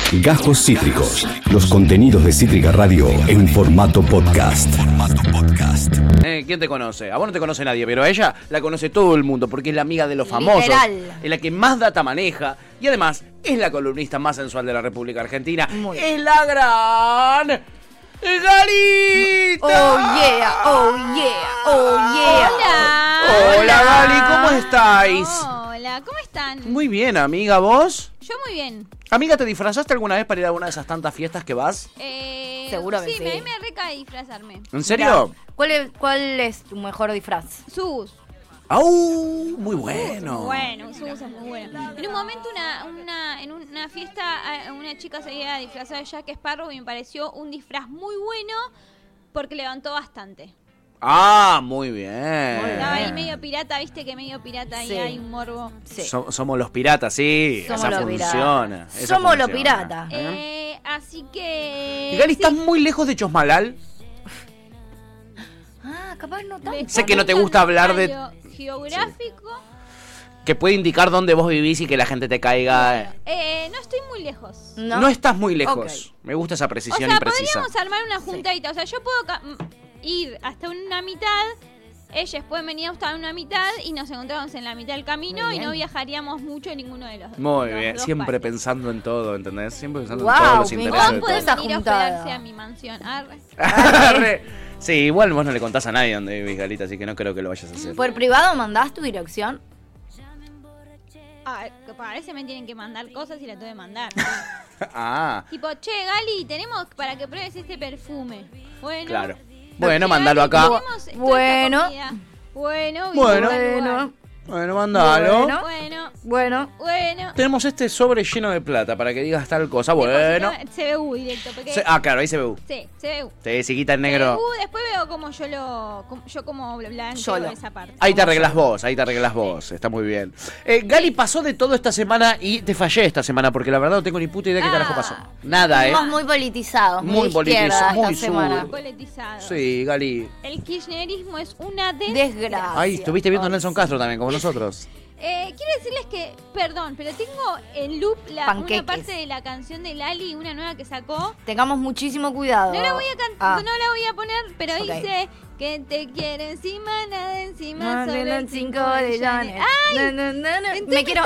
Gajos Cítricos. Los contenidos de Cítrica Radio en formato podcast. ¿Quién te conoce? A vos no te conoce nadie, pero a ella la conoce todo el mundo porque es la amiga de los famosos. Literal. Es la que más data maneja y además es la columnista más sensual de la República Argentina. Muy Es la gran Galita. Oh yeah, oh yeah, oh yeah. Hola. Hola Gali, ¿cómo estáis? Hola, ¿cómo están? Muy bien, amiga, ¿vos? Yo muy bien. Amiga, ¿te disfrazaste alguna vez para ir a una de esas tantas fiestas que vas? Seguro que sí. sí. Me recae disfrazarme. ¿En serio? ¿Cuál es tu mejor disfraz? Sus. ¡Au! Muy bueno. Bueno, Sus es muy bueno. En un momento en una fiesta una chica se iba disfrazada de Jack Sparrow y me pareció un disfraz muy bueno porque levantó bastante. Ah, muy bien. Estaba ahí medio pirata, viste que medio pirata Sí. ahí hay un morbo. Sí. Somos los piratas, sí. Somos esa los funciona. piratas. esa Somos los funciona. piratas. Así que... Y Gali, sí. ¿estás muy lejos de Chosmalal? Ah, capaz no tanto. ¿Les Sé que no te gusta gusta hablar de- algo geográfico? Que puede indicar dónde vos vivís y que la gente te caiga. No estoy muy lejos. No estás muy lejos. Ok. Me gusta esa O precisión sea, imprecisa. podríamos armar una juntadita. O sea, yo puedo ir hasta una mitad, ellas pueden venir hasta una mitad y nos encontramos en la mitad del camino Muy y no bien. viajaríamos mucho en ninguno de los dos. Muy los bien, dos siempre partes. pensando en todo, ¿entendés? Siempre pensando Wow, en todos los me intereses O de encanta pueden esa venir a juntada. hospedarse a mi mansión. Arre. todos. Sí, igual vos no le contás a nadie dónde vivís, Galita, así que no creo que lo vayas a hacer. ¿Por privado mandás tu dirección? Que parece me tienen que mandar cosas y la tengo que mandar. Ah, Tipo, che, Gali, tenemos para que pruebes este perfume. Bueno. claro. Bueno, Che, mándalo Gali, acá. tenemos toda esta Bueno. comida. Bueno. Bueno. visita el lugar. Bueno, mándalo. Bueno. Bueno. Tenemos este sobre lleno de plata para que digas tal cosa. Bueno. CBU directo. Porque Claro, ahí se ve. Sí, CBU. Sí, si quita el negro. Después veo como yo como blanqueo Solo. esa parte. Ahí te arreglas vos, está muy bien. Gali, pasó de todo esta semana y te fallé esta semana porque la verdad no tengo ni puta idea qué carajo pasó. Nada, Estamos muy politizados, Muy muy de izquierda politizados, muy esta semana. sur. Politizado. Sí, Gali. El kirchnerismo es una Desgracia. Ahí estuviste viendo a Nelson Castro también, como nosotros. Quiero decirles que, perdón, pero tengo en loop Panqueques. una parte de la canción de Lali, una nueva que sacó. Tengamos muchísimo cuidado. No la voy a Ah. no la voy a poner, pero Ok. dice que te quiere encima, nada encima, No, solo no, el 5 5 de de Janet. Janet. ¡Ay! No. Entonces Me quiero,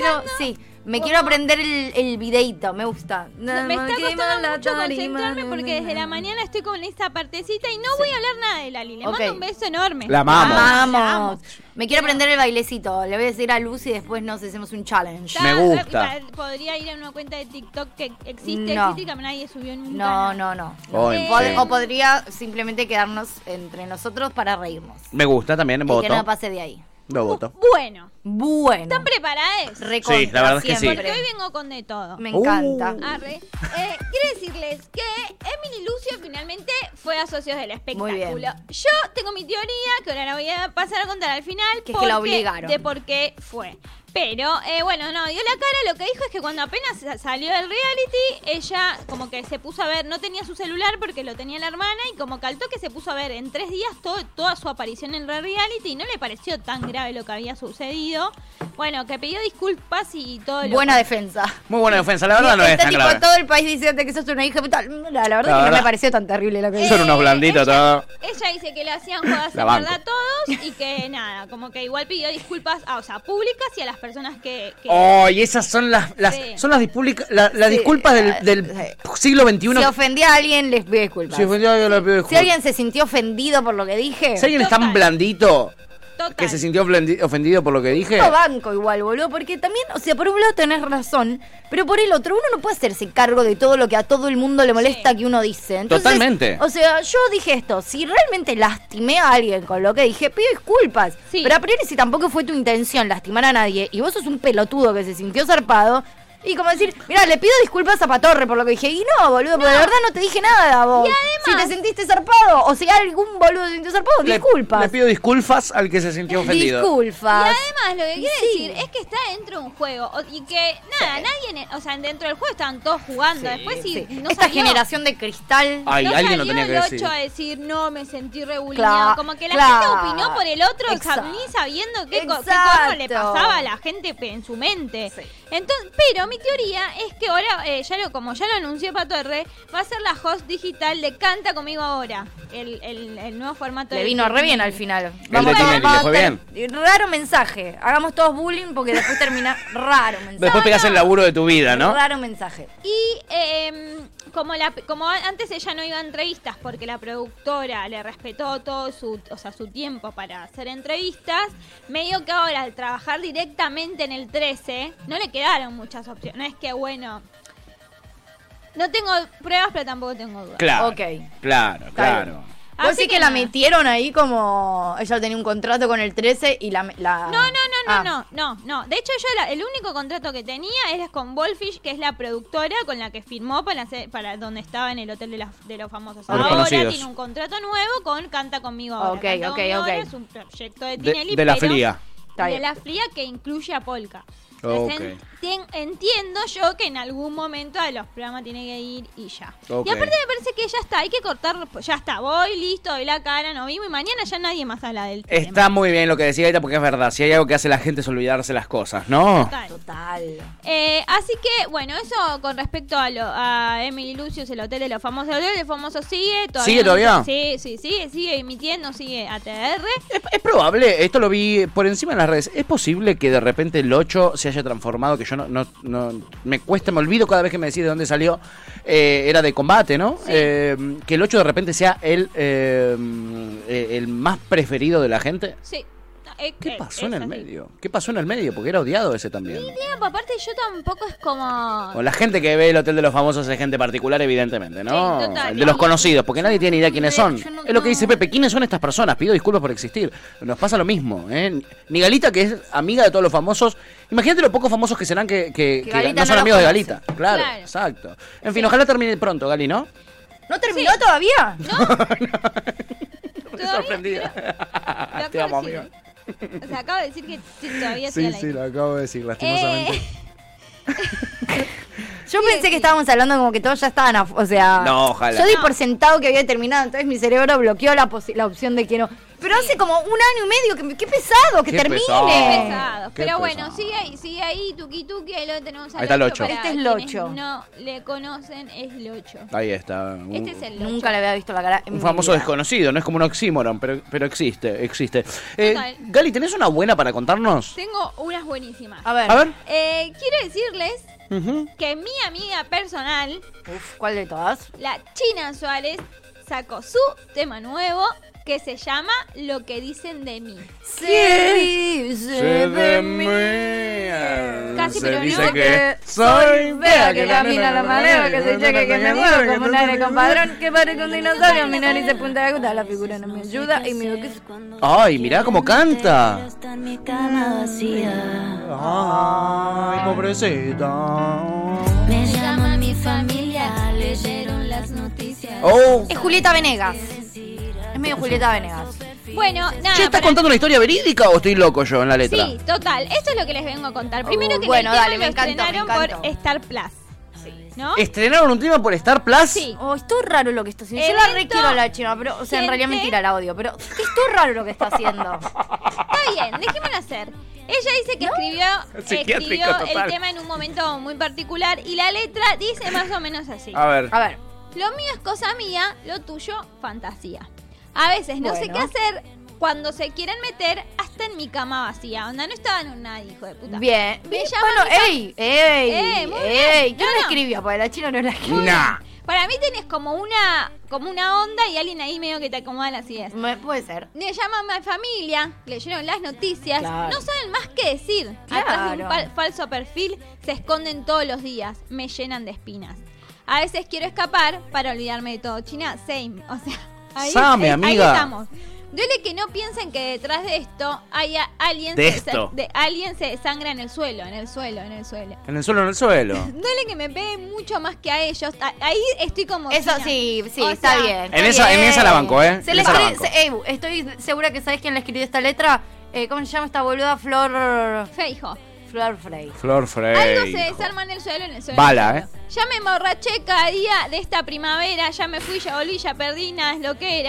me quiero como- aprender el videito, me gusta. Me está costando mucho concentrarme porque desde la mañana estoy con esta partecita y no voy a hablar nada de Lali. Le Ok. mando un beso enorme. La amamos. Vamos. Me quiero aprender el bailecito. Le voy a decir a Lucy y después nos hacemos un challenge. Me gusta. Podría ir a una cuenta de TikTok que existe, No. que nadie subió nunca. No. Oh, en Pod- serio. O podría simplemente quedarnos entre nosotros para reírnos. Me gusta también, Y que no voto. pase de ahí. Lo voto. Bueno, Bueno. ¿están preparadas? Recontra, Sí, la verdad es que sí. siempre. Porque hoy vengo con de todo. Me encanta. Arre. Quiero decirles que Emily Lucio finalmente fue a Socios del Espectáculo. Muy bien. Yo tengo mi teoría, que ahora la voy a pasar a contar al final. Que es que la obligaron. De por qué fue. Pero, bueno, no, dio la cara. Lo que dijo es que cuando apenas salió del reality, ella como que se puso a ver, no tenía su celular porque lo tenía la hermana, y como que al toque se puso a ver en 3 días toda su aparición en el reality, y no le pareció tan grave lo que había sucedido. Bueno, que pidió disculpas y todo lo Buena que- defensa. Muy buena defensa, la verdad no es Este tan tipo, grave. todo el país diciendo que sos una hija puta. La verdad que no verdad. me pareció tan terrible lo que hizo. Son unos blanditos todos. Ella dice que le hacían jodas La en banco. verdad a todos y que nada, como que igual pidió disculpas, o sea, públicas y a las personas que Oh, y esas son las Sí. son las las Sí, disculpas del siglo XXI. Si ofendí a alguien, les pido disculpas. Si ofendió a alguien, le pido Si disculpas. alguien se sintió ofendido por lo que dije, Si alguien es tan Total. blandito total. que se sintió ofendido por lo que dije. yo banco igual, boludo, porque también, o sea, por un lado tenés razón, pero por el otro, uno no puede hacerse cargo de todo lo que a todo el mundo le molesta Sí. que uno dice. Entonces, Totalmente. O sea, yo dije esto, si realmente lastimé a alguien con lo que dije, pido disculpas. Sí. Pero a priori, si tampoco fue tu intención lastimar a nadie y vos sos un pelotudo que se sintió zarpado, y como decir, mira, le pido disculpas a Patorre por lo que dije. Y no, boludo, porque de verdad no te dije nada, vos. Y además- si te sentiste zarpado, o si algún boludo se sintió zarpado, disculpas. Le pido disculpas al que se sintió ofendido. Y Disculpas. además, lo que quiere Sí. decir es que está dentro de un juego y que, nada, nadie, o sea, dentro del juego estaban todos jugando. Después, sí, no Esta salió, generación de cristal. Ay, no alguien lo salió tenía que el decir. 8 a decir, no, me sentí rebulineado. Claro, Como que la claro. gente opinó por el otro, Exacto. ni sabiendo qué corno le Exacto. pasaba a la gente en su mente. Sí. Entonces, pero mi teoría es que ahora, como ya lo anunció Pato R, va a ser la host digital de Canta Conmigo Ahora, el nuevo formato. Le vino re bien al final. de Tinelli, ¿le fue bien? Raro mensaje. Hagamos todos bullying porque después termina raro mensaje. Después pegás el laburo de tu vida, ¿no? Raro mensaje. Y como antes ella no iba a entrevistas porque la productora le respetó todo su tiempo para hacer entrevistas, medio que ahora al trabajar directamente en el 13 no le quedaron muchas opciones. No es que no tengo pruebas, pero tampoco tengo dudas. Claro. Ok. Claro. Vos Así sí que la nada. metieron ahí como ella tenía un contrato con el 13 y la No. De hecho, el único contrato que tenía era con Wolfish, que es la productora con la que firmó para donde estaba en el Hotel de los Famosos. De los Ahora Conocidos. tiene un contrato nuevo con Canta Conmigo Ahora. Ok, Canta ok, Conmigo ok. Ahora es un proyecto de Tinelli, De la pero fría. Está de bien. la fría que incluye a Polka. Ok. Entiendo yo que en algún momento a los programas tiene que ir y ya. Ok. Y aparte me parece que ya está, hay que cortar, ya está, voy, listo, doy la cara, nos vimos y mañana ya nadie más habla del tema. Está muy bien lo que decía ahorita porque es verdad. Si hay algo que hace la gente es olvidarse las cosas, ¿no? Total. Así que, bueno, eso con respecto a Emily Lucius, el Hotel de los Famosos. El Hotel de los Famosos sigue todavía. ¿Sigue todavía? Sí, sigue emitiendo, sigue ATR. Es probable, esto lo vi por encima en las redes. ¿Es posible que de repente el 8 se haya transformado? Que yo no me olvido cada vez que me decís de dónde salió. Era de combate, ¿no? Sí. Que el 8 de repente sea el más preferido de la gente. Sí. ¿Qué pasó en es el así. medio? ¿Qué pasó en el medio? Porque era odiado ese también. Tiempo, aparte yo tampoco es como... O la gente que ve el Hotel de los Famosos es gente particular, evidentemente, ¿no? Sí, total. El de los conocidos, porque nadie tiene idea quiénes son. Yo no- Es lo que dice Pepe, ¿quiénes son estas personas? Pido disculpas por existir. Nos pasa lo mismo, ¿eh? Ni Galita, que es amiga de todos los famosos. Imagínate lo pocos famosos que serán que Galita no son no amigos de los Galita. Claro, Claro. exacto. En fin, ojalá termine pronto, Gali, ¿no? ¿No terminó todavía? Estoy sorprendida. Lo Te amo, acabo de amiga. decir. O sea, acabo de decir que todavía sigue al aire. lo acabo de decir, Yo pensé que estábamos hablando como que todos ya estaban, o sea... No, ojalá. Yo di No. por sentado que había terminado, entonces mi cerebro bloqueó la opción de que no. Pero hace como un año y medio, qué pesado que Qué termine. pesado. Pesado. Qué Pero bueno, pesado. sigue ahí, tuki tuki, ahí lo tenemos al Ahí está el 8. Para Este es el quienes 8. no le conocen, es el 8. Ahí está. Este es el 8. Nunca le había visto la cara en Un mi famoso vida. desconocido, no es como un oxímoron, pero existe. Total. Gali, ¿tenés una buena para contarnos? Tengo unas buenísimas. A ver. A ver. Quiero decirles Ujú. que mi amiga personal, Uf, ¿cuál de todas? la China Suárez, sacó su tema nuevo que se llama Lo que dicen de mí. Sí, de mí. Casi, Se pero dice no. que Soy fea, que camina la manera, que se cheque, que me muevo como un aire compadrón, que parece un dinosaurio, mi nariz de punta de aguda, la figura no me ayuda y miro que... Ay, mirá cómo canta. Está en mi cama vacía. Ay, pobrecita. Me llama mi familia, leyeron las noticias. Oh. Es Julieta Venegas. Es medio Julieta Venegas. Bueno, nada. Che, ¿estás para- contando una historia verídica o estoy loco yo en la letra? Sí, total. Esto es lo que les vengo a contar. Primero que bueno, el tema dale, me lo encantó, me estrenaron encantó. por Star Plus. ¿No? ¿Estrenaron un tema por Star Plus? Sí. Oh, es todo raro lo que está haciendo. Yo la Evento, requiero a la China, pero, o sea, en realidad gente- mentira, la odio, pero es todo raro lo que está haciendo. Está bien, dejémoslo hacer. Ella dice que escribió Psiquiátrico total. el tema en un momento muy particular y la letra dice más o menos así. A ver. A ver. Lo mío es cosa mía, lo tuyo, fantasía. A veces no sé Bueno. qué hacer cuando se quieren meter hasta en mi cama vacía. Onda, no estaban en nada, hijo de puta. Bien. Me Bien. llama Bueno, mi ey. muy bien. ¿Quién No, la no. escribió? Porque la China no la escribió. Nah. Para mí tenés como una onda y alguien ahí medio que te acomoda las ideas. Puede ser. Me llaman a mi familia, leyeron las noticias, Claro. no saben más qué decir. Atrás de un Claro. falso perfil se esconden todos los días, me llenan de espinas. A veces quiero escapar para olvidarme de todo. China, same. O sea, ahí, Same, ahí amiga. estamos. Duele que no piensen que detrás de esto haya alguien, alguien se desangra en el suelo. En el suelo. Duele que me pegue mucho más que a ellos. Ahí estoy como Eso China. sí, O está sea, bien. En está esa la banco, ¿eh? Se En le esa la escribe, banco. estoy segura que sabes quién le escribió esta letra. ¿Cómo se llama esta boluda? Flor Feijo. Frey. Flor Frey. Algo se desarma en el suelo, en el suelo. Bala, en el suelo. Ya me emborraché cada día de esta primavera, ya me fui, ya volví, ya perdí, nada es lo que era.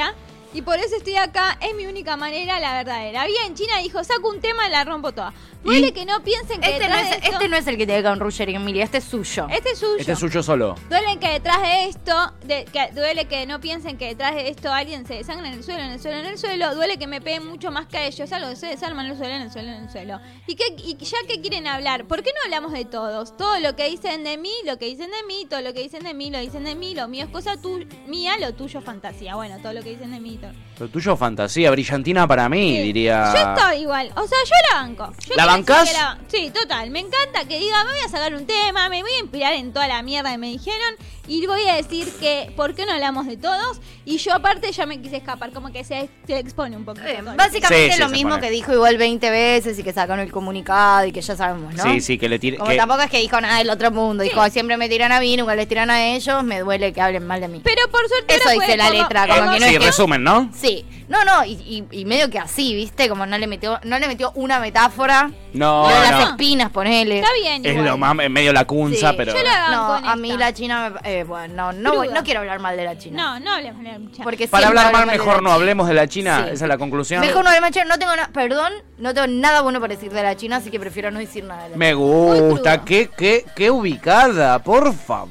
y por eso estoy acá, es mi única manera, la verdadera. Había en China, dijo, saco un tema y la rompo toda. Duele que no piensen que detrás de esto... Este no es el que tiene con Ruggeri y Emilia, este es suyo. Este es suyo. Este es suyo solo. Duele que detrás de esto, duele que no piensen que detrás de esto alguien se desangra en el suelo, en el suelo, en el suelo. Duele que me peguen mucho más que a ellos, algo que se desarma en el suelo, en el suelo, en el suelo. Y ya que quieren hablar, ¿por qué no hablamos de todos? Todo lo que dicen de mí, lo que dicen de mí, todo lo que dicen de mí, lo dicen de mí, lo mío es cosa mía, lo tuyo fantasía. Bueno, todo lo que dicen de mí. Todo. Lo tuyo fantasía, brillantina para mí, Sí. diría. Yo estoy igual, o sea, yo la banco. ¿La bancás? Sí, total, me encanta que diga, me voy a sacar un tema, me voy a inspirar en toda la mierda que me dijeron y voy a decir que, ¿por qué no hablamos de todos? Y yo aparte ya me quise escapar, como que se expone un poquito. Básicamente Sí, lo se mismo pone. que dijo igual 20 veces y que sacaron el comunicado y que ya sabemos, ¿no? Sí, que le tire. Como tampoco es que dijo nada del otro mundo, dijo, siempre me tiran a mí, nunca les tiran a ellos, me duele que hablen mal de mí. Pero por suerte Eso ahora dice la letra, como que no Sí, es que... resumen, ¿no? Sí, no, y medio que así, ¿viste? Como no le metió una metáfora. No, Lo de no. las espinas, ponele. Está bien Es igual. lo más en medio la cunza, Sí, pero. yo la No, banco en a mí esta. la China Cruda. no quiero hablar mal de la China. No hablemos de la muchacha. Porque Para siempre hablar hablo mal, de mejor la no China. hablemos de la China. Sí. Esa es la conclusión. Mejor no hablar de la China, no tengo nada bueno para decir de la China, así que prefiero no decir nada de la China. Me gusta, Muy qué ubicada, por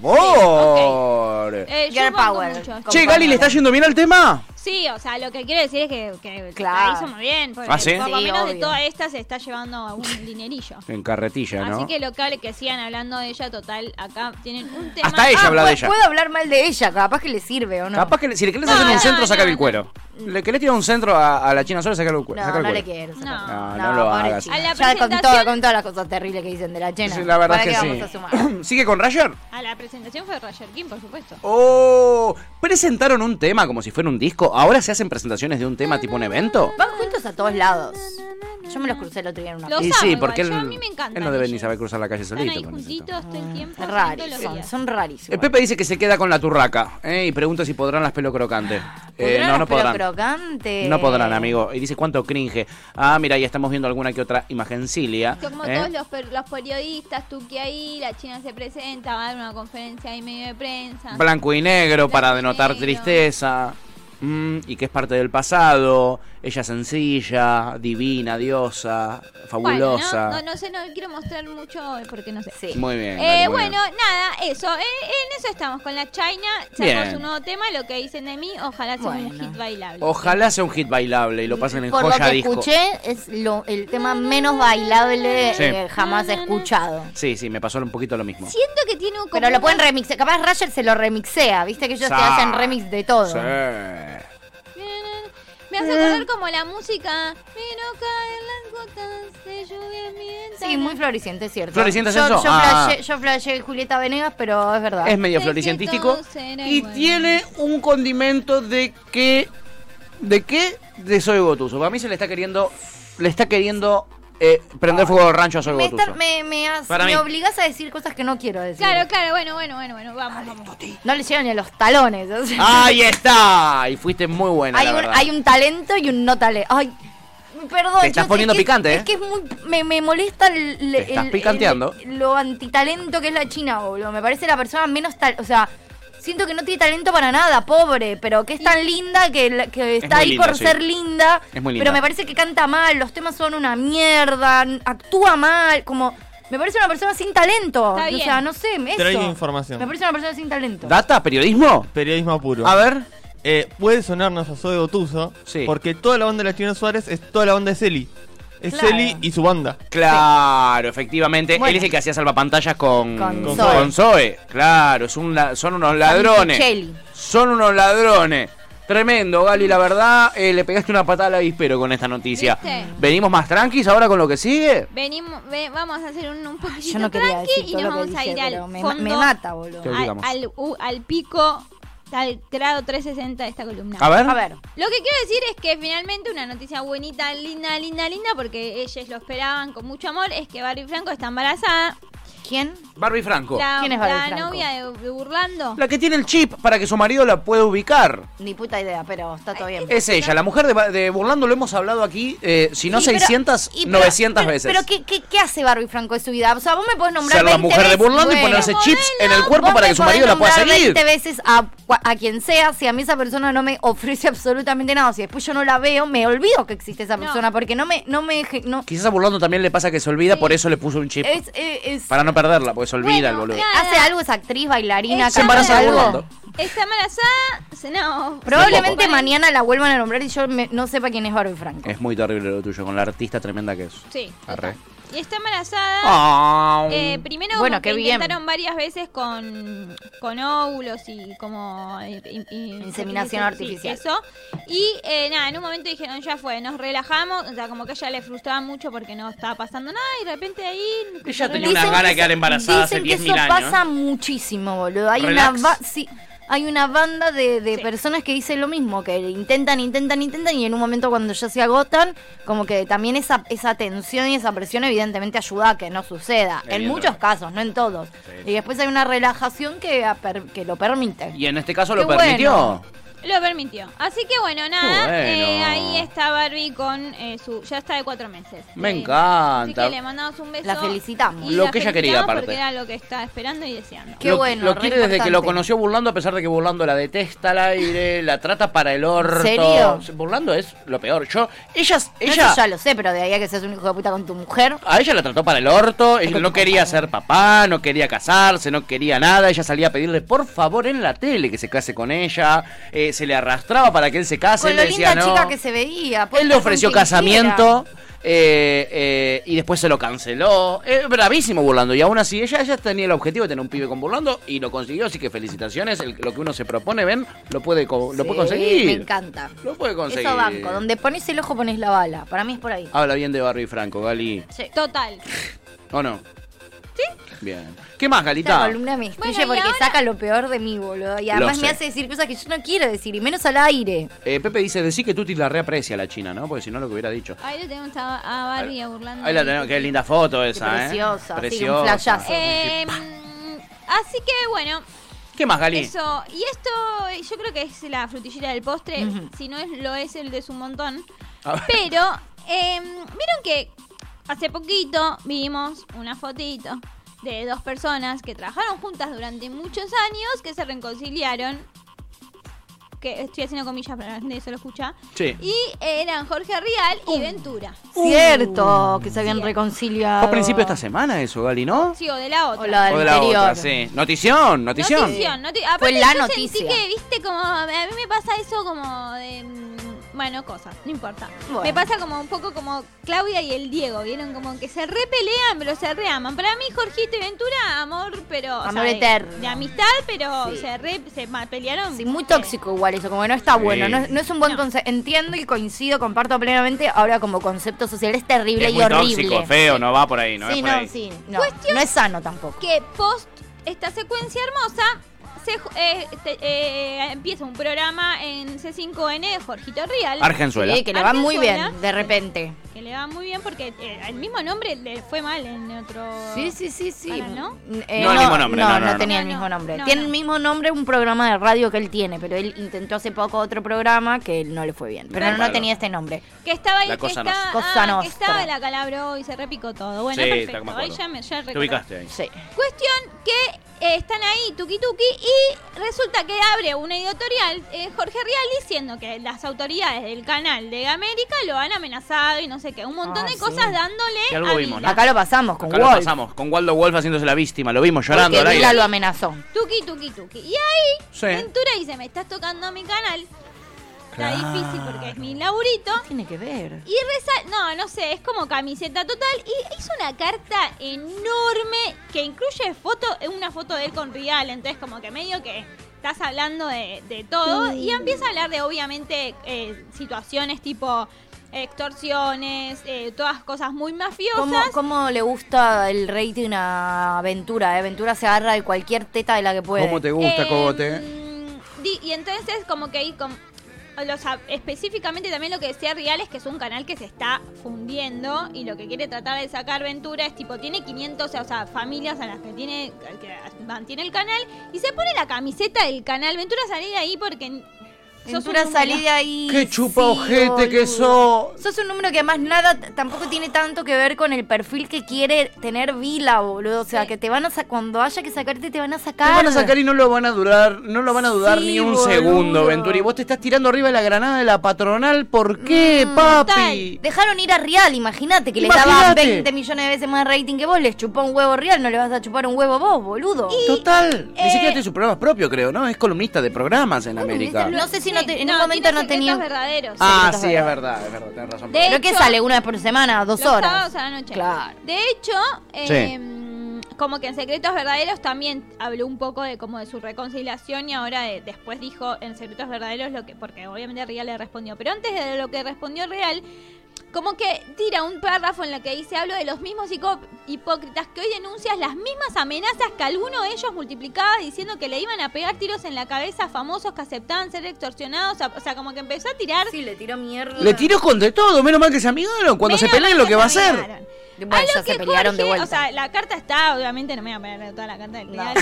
favor. Yo Girl banco power. mucho. Che, Gali, ¿le está yendo bien al tema? Sí, o sea, lo que quiero decir es que Claro. la hizo muy bien. Porque ¿Ah, sí? por lo Sí, menos de obvio. todas estas se está llevando un dinerillo. En carretilla, ¿no? Así que local que sigan hablando de ella, total, acá tienen un tema. Hasta ella habla de ella. Puedo hablar mal de ella, capaz que le sirve o no. Capaz que si le querés hacer un centro, sacar el cuero. Le querés tirar un centro a la China sola, sacar el cuero. No le quiero. No. No lo pobre hagas. China. A la Ya presentación- con todas las cosas terribles que dicen de la China. Sí, la verdad ¿Para es qué que vamos a sí. sumar? ¿Sigue con Roger? A la presentación fue Roger King, por supuesto. Oh, presentaron un tema como si fuera un disco. Ahora se hacen presentaciones de un tema tipo un evento. Van juntos a todos lados. Yo me los crucé el otro día en una Los Y amo sí, igual, porque a mí me encantan él no debe ni ellos. saber cruzar la calle Están solito. ahí con eso. juntitos todo el tiempo. todos los días. Son rarísimos. El Pepe dice que se queda con la turraca y pregunta si podrán las pelo crocante. No podrán. Crocante. No podrán, amigo. Y dice cuánto cringe. Ah, mira, ya estamos viendo alguna que otra imagencilia. Como todos los periodistas, Tuki ahí, la China se presenta, va a dar una conferencia ahí medio de prensa. Blanco y negro para Blanco y denotar negro. tristeza. Y que es parte del pasado. Ella sencilla, divina, diosa, fabulosa. Bueno, no sé, no quiero mostrar mucho porque no sé. Sí. Muy bien. Gali, muy Bueno, bien. nada, eso. En eso estamos con la China. Bien. Sacó su nuevo tema, lo que dicen de mí. Ojalá sea un Bueno. hit bailable. Ojalá sea un hit bailable y lo pasen en Por lo joya que disco. escuché, es el tema menos bailable Sí. jamás escuchado. Sí, me pasó un poquito lo mismo. Siento que tiene un Pero lo pueden remixear. Capaz Roger se lo remixea. Viste que ellos te Sa- hacen remix de todo. Sí. Me hace acordar como la música. Pero caen las gotas de lluvia en mi ventana. Sí, muy floreciente, es cierto. ¿Floreciente es yo, eso? Yo, Ah. yo flasheé Julieta Venegas, pero es verdad. Es medio Sé que floricientístico. todo será Y igual. tiene un condimento de que. ¿De qué? De Soy Gotuso. Para mí se le está queriendo. Prender fuego al rancho a Soy me Gotuso. Para mí. me obligás a decir cosas que no quiero decir. Claro, bueno, vamos. No le llegan ni a los talones. O sea, ¡Ahí está! Y fuiste muy buena, la verdad. hay un talento y un no talento. Ay, perdón. Te estás yo sé poniendo que picante, Es que es muy. Me molesta Te estás picanteando. lo antitalento que es la China, boludo. Me parece la persona menos o sea, siento que no tiene talento para nada, pobre, pero que es tan linda que está muy ahí linda, por sí. ser linda. Es muy linda. Pero me parece que canta mal, los temas son una mierda, actúa mal, como. Me parece una persona sin talento. Está O bien. sea, no sé, eso. Traigo información. Me parece una persona sin talento. ¿Data? ¿Periodismo? Periodismo puro. A ver. Puede sonarnos a Zoe Gotuso, Sí. porque toda la banda de la China Suárez es toda la banda de Celi. Es Claro. Celi y su banda. Claro, efectivamente. Bueno. Él dice que hacía salvapantallas con Con Zoe. con Zoe. Claro, son unos ladrones. Santuchelli. Son unos ladrones. Tremendo, Gali, la verdad, le pegaste una patada al avispero con esta noticia. ¿Viste? ¿Venimos más tranquis ahora con lo que sigue? Vamos a hacer un poquitito Yo no quería tranqui decir y todo nos lo que vamos a dije, ir pero al me fondo, mata, boludo. Te obligamos. al pico, al grado 360 de esta columna. A ver. A ver. Lo que quiero decir es que finalmente una noticia bonita, linda, porque ellos lo esperaban con mucho amor, es que Barbie Franco está embarazada. ¿Quién? Barbie Franco. ¿Quién es Barbie La Franco? novia de Burlando. La que tiene el chip para que su marido la pueda ubicar. Ni puta idea, pero está todo bien. Es ella, la mujer de Burlando, lo hemos hablado aquí, si no Sí, pero- 600, y 900 veces. Pero ¿qué hace Barbie Franco de su vida? O sea, vos me podés nombrar Ser la 20 mujer de veces, Burlando y bueno, ponerse chips en el cuerpo vos para me que su podés marido la pueda nombrar seguir. 20 veces a quien sea, si a mí esa persona no me ofrece absolutamente nada, si después yo no la veo, me olvido que existe esa persona, porque no. Quizás a Burlando también le pasa que se olvida, por eso le puso un chip. Es Para no perderla, porque se olvida el boludo. nada. ¿Hace algo esa actriz, bailarina? Se canta embaraza de algo? Burlando. Está embarazada. No. Probablemente Tampoco. mañana la vuelvan a nombrar y yo no sepa quién es Barbie Franco. Es muy terrible lo tuyo, con la artista tremenda que es. Sí. Arre. Y está embarazada. Ah, Primero Bueno, como qué que bien. intentaron varias veces con óvulos y como Inseminación artificial. Eso. Y nada, en un momento dijeron, ya fue, nos relajamos. O sea, como que a ella le frustraba mucho porque no estaba pasando nada y de repente ahí... Ella se tenía relajó. unas ganas de quedar embarazada hace Dicen que 10.000 eso años. pasa muchísimo, boludo. Relax. Hay una banda de Sí. personas que dicen lo mismo, que intentan y en un momento cuando ya se agotan, como que también esa tensión y esa presión evidentemente ayuda a que no suceda. En Evidentemente. muchos casos, no en todos. Sí. Y después hay una relajación que lo permite. Y en este caso Qué lo permitió. bueno. Lo permitió. Así que bueno, nada. bueno. Ahí está Barbie con ya está de 4 meses. Me Así encanta. que le mandamos un beso. La felicitamos. Y Lo la que ella quería, felicitamos aparte. Porque era lo que estaba esperando y deseando. Qué lo, bueno, Lo re quiere desde que lo importante. conoció Burlando, a pesar de que Burlando la detesta al aire, la trata para el orto. ¿Serio? Burlando es lo peor. Ella No, eso ya lo sé, pero de ahí a que seas un hijo de puta con tu mujer. a ella la trató para el orto, ella no quería ser papá, no quería casarse, no quería nada, ella salía a pedirle por favor en la tele que se case con ella, se le arrastraba para que él se case, Con él lo le decía linda no. chica que se veía. puede Él le estar con ofreció quien casamiento y después se lo canceló. Bravísimo Burlando. Y aún así ella tenía el objetivo de tener un pibe con Burlando y lo consiguió. Así que felicitaciones. Lo que uno se propone, ven, lo puede quiera. puede conseguir. Me encanta. Lo puede conseguir. Eso banco. Donde pones el ojo pones la bala. Para mí es por ahí. Habla bien de Barbie Franco, Gali. Sí. Total. ¿O no? Sí. Bien. ¿Qué más, Esta Galita? columna me destruye Bueno, y porque ahora- saca lo peor de mí, boludo. Y además sé. me hace decir cosas que yo no quiero decir, y menos al aire. Pepe dice, decí que Tuti la reaprecia a la China, ¿no? Porque si no lo que hubiera dicho. Ahí lo tenemos a Barbie burlando. Ahí la tenemos, qué linda foto esa, preciosa, sí, Preciosa. un flashazo. Así que bueno, ¿Qué más, Gali? eso. Y esto yo creo que es la frutillera del postre. Si no es, lo es el de su montón. A ver. Pero, vieron que hace poquito vimos una fotito de 2 personas que trabajaron juntas durante muchos años, que se reconciliaron. Que estoy haciendo comillas para nadie se lo escucha. Sí. Y eran Jorge Rial y Ventura. Cierto, que se habían Cierto. reconciliado. Fue a principio de esta semana eso, Gali, ¿no? Sí, o de la otra. O la O del de la anterior. otra, sí. Notición. Notición. Aparte, Fue la yo noticia. sentí que, viste, como a mí me pasa eso como de... Bueno, cosas, no importa. Bueno. Me pasa como un poco como Claudia y el Diego, ¿vieron? Como que se repelean, pero se reaman. Para mí, Jorgito y Ventura, amor, pero... Amor eterno. De amistad, pero Sí. se pelearon. Sí, muy tóxico igual eso, como que no está Sí. bueno, no es un buen No. concepto. Entiendo y coincido, comparto plenamente, ahora como concepto social es terrible Es y muy horrible. tóxico, feo, no va por ahí, no sí, es por no, ahí. sí, no, no es sano tampoco. Que post esta secuencia hermosa... empieza un programa en C5N de Jorgito Rial. Argenzuela. Sí, que le va muy Argenzuela. bien, de repente. Que le va muy bien porque el mismo nombre le fue mal en otro... Sí. canal, ¿no? No el mismo nombre, no. tenía el No, mismo nombre. no, Tiene no. el mismo nombre un programa de radio que él tiene, pero él intentó hace poco otro programa que no le fue bien. Pero Claro. no tenía este nombre. Que estaba ahí, La que Cosa estaba, Nostra. Cosa que Nostra. estaba la calabró y se repicó todo. Bueno, Sí, perfecto. me Ahí acuerdo. ya Te recordé. ubicaste ahí. Sí. Cuestión que están ahí tuki tuki y resulta que abre una editorial Jorge Rial diciendo que las autoridades del canal de América lo han amenazado y no sé qué. Un montón Ah, de sí. cosas dándole Que algo a vimos, vida. ¿no? Acá lo pasamos con Acá lo Wolf. pasamos, con Waldo Wolf haciéndose la víctima, lo vimos llorando Porque al Vila aire. lo amenazó. Tuki tuki tuki. Y ahí Sí. Ventura dice, me estás tocando mi canal. Está Claro. difícil porque es mi laburito. Tiene que ver. Y no sé, es como camiseta total. Y hizo una carta enorme que incluye una foto de él con Rial. Entonces como que medio que estás hablando de todo. Y empieza a hablar de obviamente situaciones tipo extorsiones, todas cosas muy mafiosas. ¿Cómo le gusta el rating a Ventura? Ventura se agarra de cualquier teta de la que puede. ¿Cómo te gusta, Cogote? Y entonces como que ahí específicamente también lo que decía Real es que es un canal que se está fundiendo y lo que quiere tratar de sacar Ventura es tipo, tiene 500, o sea, familias a las que mantiene el canal y se pone la camiseta del canal. Ventura, salí de ahí porque... Ventura, salí de ahí. ¡Qué chupa ojete que sos! Sos un número que además nada, tampoco tiene tanto que ver con el perfil que quiere tener Vila, boludo. O sea, que te van a cuando haya que sacarte, te van a sacar. Te van a sacar y no lo van a dudar Sí, ni un boludo. segundo, Ventura. Y vos te estás tirando arriba de la granada de la patronal. ¿Por qué, papi? Dejaron ir a Real, imagínate, que les daban 20 millones de veces más rating que vos, les chupó un huevo Real, no le vas a chupar un huevo vos, boludo. Total. Ni siquiera tiene sus programas propios, creo, ¿no? Es columnista de programas en América. No sé si en un momento no tenía. Verdaderos. Ah, sí, es verdad, tenés razón. De ¿Pero qué hecho, sale? ¿Una vez por semana? ¿2 los horas? sábados a la noche. Claro. De hecho, como que en Secretos Verdaderos también habló un poco de como de su reconciliación y ahora después dijo en Secretos Verdaderos porque obviamente Real le respondió, pero antes de lo que respondió Real, como que tira un párrafo en el que dice, hablo de los mismos hipócritas que hoy denuncias las mismas amenazas que alguno de ellos multiplicaba diciendo que le iban a pegar tiros en la cabeza a famosos que aceptaban ser extorsionados, o sea, como que empezó a tirar... Sí, le tiró mierda. Le tiró contra todo, menos mal que se amigaron. Cuando se peleen lo que va a hacer. Bueno, ya se pelearon de vuelta. O sea, la carta está, obviamente no me voy a poner toda la carta del Real.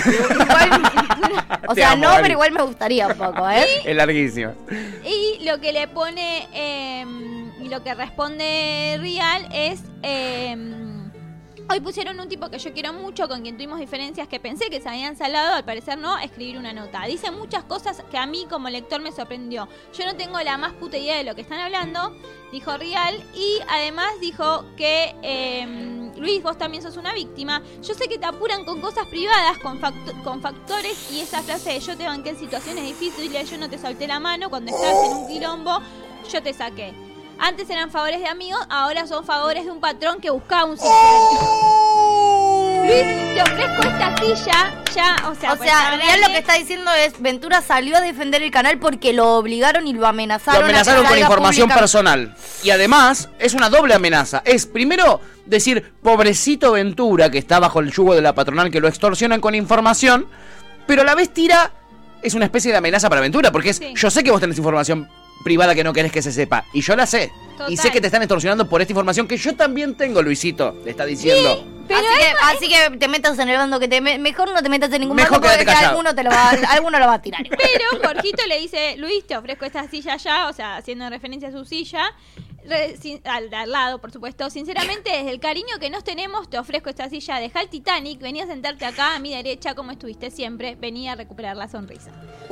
O Te sea, amo, no, Gali. pero igual me gustaría un poco, ¿eh? Es larguísimo. Y lo que le pone y lo que responde Real es hoy pusieron un tipo que yo quiero mucho, con quien tuvimos diferencias que pensé que se habían salado, al parecer no, a escribir una nota. Dice muchas cosas que a mí como lector me sorprendió. Yo no tengo la más puta idea de lo que están hablando, dijo Real, y además dijo que Luis, vos también sos una víctima. Yo sé que te apuran con cosas privadas, con factores, y esa frase de yo te banqué en situaciones difíciles, yo no te solté la mano, cuando estabas en un quilombo, yo te saqué. Antes eran favores de amigos, ahora son favores de un patrón que buscaba un Luis, te ofrezco esta silla, ya, o sea, Real lo que está diciendo es, Ventura salió a defender el canal porque lo obligaron y lo amenazaron. Lo amenazaron a que con salga información pública. personal. Y además, es una doble amenaza. Es, primero, decir, pobrecito Ventura, que está bajo el yugo de la patronal, que lo extorsionan con información, pero a la vez tira, es una especie de amenaza para Ventura, porque es, yo sé que vos tenés información privada que no querés que se sepa, y yo la sé. Total. Y sé que te están extorsionando por esta información que yo también tengo, Luisito, le está diciendo. Pero así que te metas en el bando que mejor no te metas en ningún Mejor bando porque quédate callado. alguno lo va a tirar. Pero Jorgito le dice, Luis, te ofrezco esta silla ya, o sea, haciendo referencia a su silla, al lado, por supuesto. Sinceramente, desde el cariño que nos tenemos, te ofrezco esta silla. Deja el Titanic, vení a sentarte acá a mi derecha, como estuviste siempre. Vení a recuperar la sonrisa.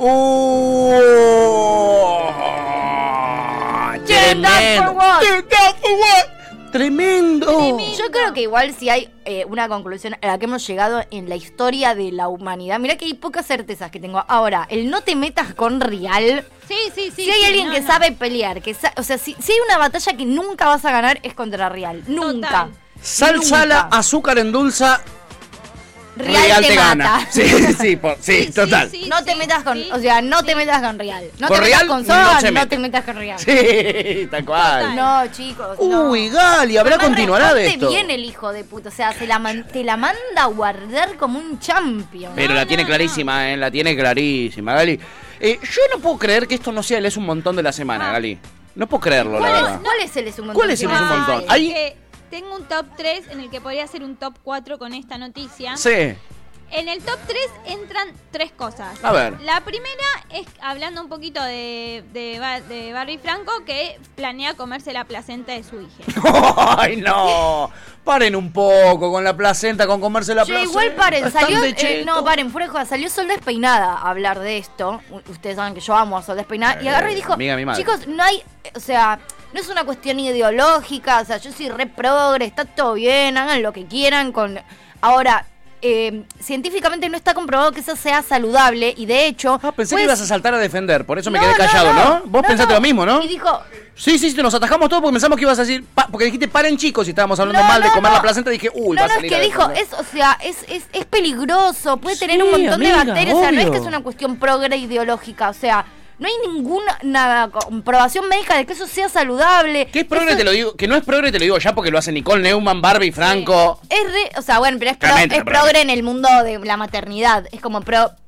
Tremendo. Yo creo que igual si hay una conclusión a la que hemos llegado en la historia de la humanidad, mirá que hay pocas certezas que tengo. Ahora, el no te metas con Real. Sí. Si hay alguien que sabe pelear, o sea, si hay una batalla que nunca vas a ganar es contra Real. Nunca. Total. Sal, Nunca. sala, azúcar endulza. Real te mata. gana. Sí, total. Sí, No te metas con, o sea, no te metas con Real. No Con te metas Real con no Soda, se no mete. te metas con Real. Sí, tal cual. No, chicos. no. Uy, Gali, ¿habrá Además, continuará de responde esto? bien el hijo de puta, o sea, te la manda a guardar como un champion. Pero la tiene clarísima, la tiene clarísima, Gali. Yo no puedo creer que esto no sea el Es un montón de la semana, Gali. No puedo creerlo, la verdad. ¿Cuál es el Es un montón? ¿Cuál es el Es un montón? Es Ahí- que tengo un top 3 en el que podría ser un top 4 con esta noticia. Sí. En el top 3 entran 3 cosas. A ver. La primera es hablando un poquito de Barbie Franco, que planea comerse la placenta de su hija. ¡Ay, no! Paren un poco con la placenta, con comerse la Che, placenta. igual paren, Están salió. de cheto. No, paren, fuera de joda, salió Sol Despeinada a hablar de esto. Ustedes saben que yo amo a Sol Despeinada. Y agarró y dijo: amiga de mi madre. chicos, no hay. O sea, no es una cuestión ideológica. O sea, yo soy re progre, está todo bien, hagan lo que quieran con. Ahora. Científicamente no está comprobado que eso sea saludable y de hecho... Pensé pues, que ibas a saltar a defender, por eso me quedé callado, ¿no? Vos pensaste lo mismo, ¿no? Y dijo... Sí, nos atajamos todos porque pensamos que ibas a decir... porque dijiste paren chicos y estábamos hablando mal de comer la placenta, dije, uy, va a salir es que a dijo, defender. o sea, es peligroso, puede tener un montón amiga, de bacterias, o sea, no es obvio. que es una cuestión progre ideológica, o sea... No hay ninguna comprobación médica de que eso sea saludable. ¿Qué es progre? Eso Te lo digo, que no es progre, te lo digo ya porque lo hace Nicole Neumann, Barbie Franco. es o sea, bueno, pero es Claramente, progre en el mundo de la maternidad. Es como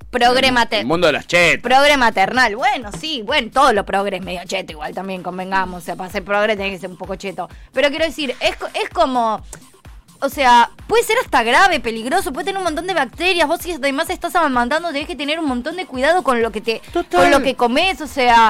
progre El mundo de las chetas. progre maternal. Bueno, sí, bueno, todo lo progre es medio cheto igual también, convengamos. O sea, para ser progre tiene que ser un poco cheto. Pero quiero decir, es como... O sea, puede ser hasta grave, peligroso, puede tener un montón de bacterias. Vos si además estás amamantando tenés que tener un montón de cuidado con lo que con lo que comes. O sea,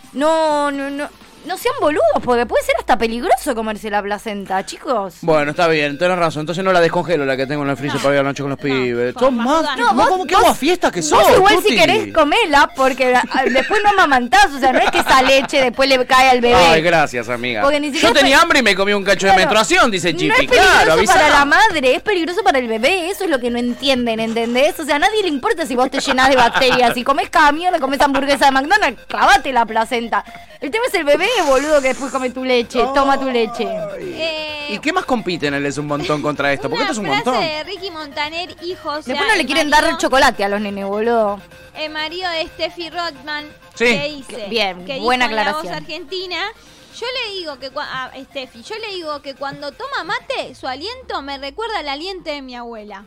no sean boludos, porque puede ser hasta peligroso comerse la placenta, chicos. Bueno, está bien, tenés razón. Entonces no la descongelo la que tengo en el freezer para ir a la noche con los pibes. ¿Qué hago a fiestas que sos? Vos igual Tuti? si querés comela, porque después no amamantás. O sea, no es que esa leche después le cae al bebé. Ay, gracias, amiga. Porque ni Yo siquiera tenía hambre y me comí un cacho de menstruación, dice No Chipi. es peligroso Claro, avisá. para la madre, es peligroso para el bebé. Eso es lo que no entienden, ¿entendés? O sea, a nadie le importa si vos te llenás de bacterias. Si comés cada mierda, comés hamburguesa de McDonald's, clavate la placenta. El tema es el bebé, boludo, que después come tu leche, toma tu leche. ¿Y qué más compite en el Es un montón contra esto? Porque esto es un montón. Una frase de Ricky Montaner, hijo. Después no le quieren dar chocolate a los nenes, boludo. El marido de Steffi Rothman, Sí. que dice, Bien, que buena dijo en La aclaración. Voz Argentina, yo le digo que a Steffi, yo le digo que cuando toma mate, su aliento me recuerda al aliento de mi abuela.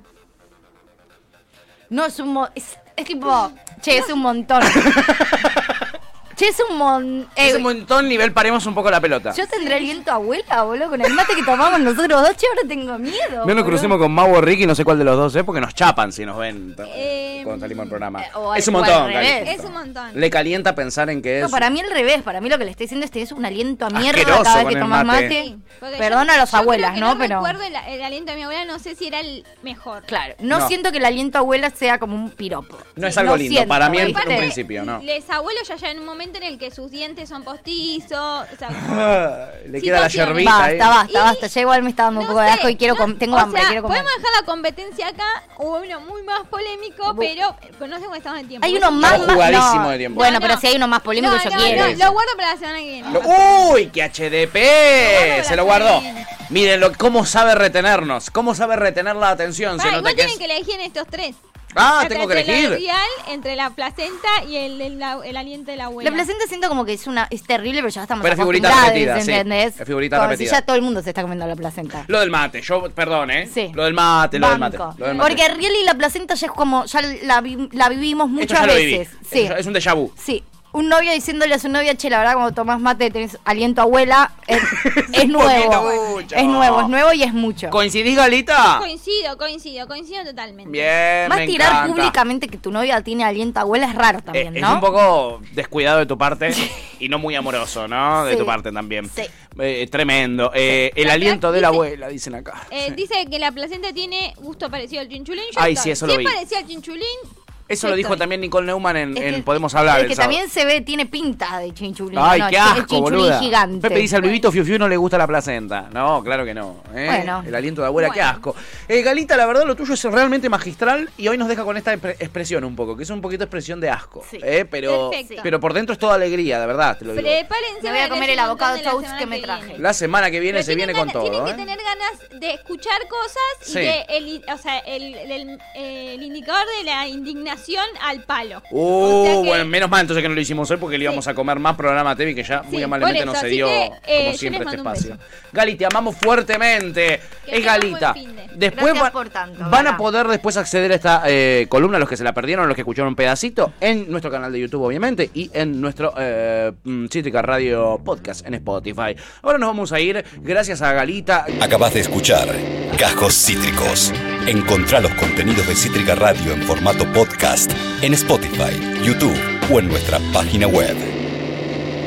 No, es es tipo, che, es un montón. Che, es un montón. Es un montón nivel paremos un poco la pelota. Yo tendré aliento a abuela, boludo, con el mate que tomamos nosotros dos, che, ahora tengo miedo. No nos boludo. crucemos con Mau o Ricky, no sé cuál de los dos, porque nos chapan si nos ven cuando salimos al programa. Es un o al montón, revés. Cali. Es un montón. Le calienta pensar en que es... No, para mí al revés, para mí lo que le estoy diciendo es que es un aliento a mierda Asqueroso cada vez con que el tomas mate. mate. Sí, porque Perdón a las yo abuelas, creo que ¿no? Pero recuerdo el aliento de mi abuela, no sé si era el mejor. claro, no No. siento que el aliento a abuela sea como un piropo. No es algo lindo, siento, para mí en ¿viste? un principio, ¿no? Les abuelos ya en un momento en el que sus dientes son postizos. O sea, Le queda la situaciones. yerbita ahí. Basta, ya igual me está dando un poco de asco y quiero tengo o hambre, sea, quiero comer. podemos dejar la competencia acá. Hubo uno muy más polémico, pero no sé cómo estamos en tiempo. Hay uno más jugadísimo no. de tiempo. Bueno, No, pero no. si hay uno más polémico yo quiero. lo guardo para la semana que viene. ¡Uy, qué HDP! Lo Se lo guardó. Miren cómo sabe retenernos, cómo sabe retener la atención. Se Pará, nota igual que tienen es... que elegir estos tres. Tengo que Entre elegir. la real, entre la placenta y el aliento de la abuela. La placenta siento como que es terrible, pero ya estamos Pero es figurita acostumbrados, repetida, sí. ¿entendés? Es figurita Como repetida. Si ya todo el mundo se está comiendo la placenta. Lo del mate, perdón, ¿eh? Sí. Lo del mate, lo del mate. Banco. Lo del mate. Porque really la placenta ya es como, ya la vivimos Esto muchas ya lo viví. veces. Sí. Es un déjà vu. Sí. Un novio diciéndole a su novia, che, la verdad, cuando tomás mate tenés aliento a abuela, es nuevo. poquito mucho. Es nuevo y es mucho. ¿Coincidís, Galita? Coincido totalmente. Bien, Más me tirar encanta. públicamente que tu novia tiene aliento a abuela es raro también, Es ¿no? un poco descuidado de tu parte y no muy amoroso, ¿no? De Sí. tu parte también. Sí. Tremendo. El aliento de la abuela, dicen acá. Sí. Dice que la placenta tiene gusto parecido al chinchulín. Yo Ay, estoy. sí, eso lo Si vi. es parecido al chinchulín. Eso yo lo dijo estoy. también Nicole Neumann en Es que- Podemos Hablar. Es el que sábado. también se ve, tiene pinta de chinchulín. Ay, ¿no? qué El asco, chinchulín boluda. gigante. Pepe dice al vivito Fiu Fiu no le gusta la placenta. No, claro que no. Bueno. El aliento de abuela, qué Bueno. asco. Galita, la verdad lo tuyo es realmente magistral y hoy nos deja con esta expresión un poco, que es un poquito expresión de asco. Sí. Perfecto. Pero por dentro es toda alegría, de verdad, te lo digo. Prepárense. Me voy a para comer el el avocado montón de la toast semana que me viene. traje. La semana que viene Pero se viene tienen con todo. Tienen que ¿eh? tener ganas de escuchar cosas Sí. y de el indicador de la indignación al palo. O sea que- Bueno, menos mal entonces que no lo hicimos hoy porque le íbamos a comer más programa TV que ya muy Sí, amablemente por nos eso, cedió, así que, como yo siempre, les este mando un espacio. Gali, te amamos fuertemente. Que Es tengan Galita. buen fin de. Después Gracias por tanto, van a Gala. poder después acceder a esta columna, los que se la perdieron, los que escucharon un pedacito, en nuestro canal de YouTube, obviamente, y en nuestro Cítrica Radio Podcast en Spotify. Ahora nos vamos a ir, gracias a Galita. Acabas de escuchar Cajos Cítricos. Encontrá los contenidos de Cítrica Radio en formato podcast en Spotify, YouTube o en nuestra página web.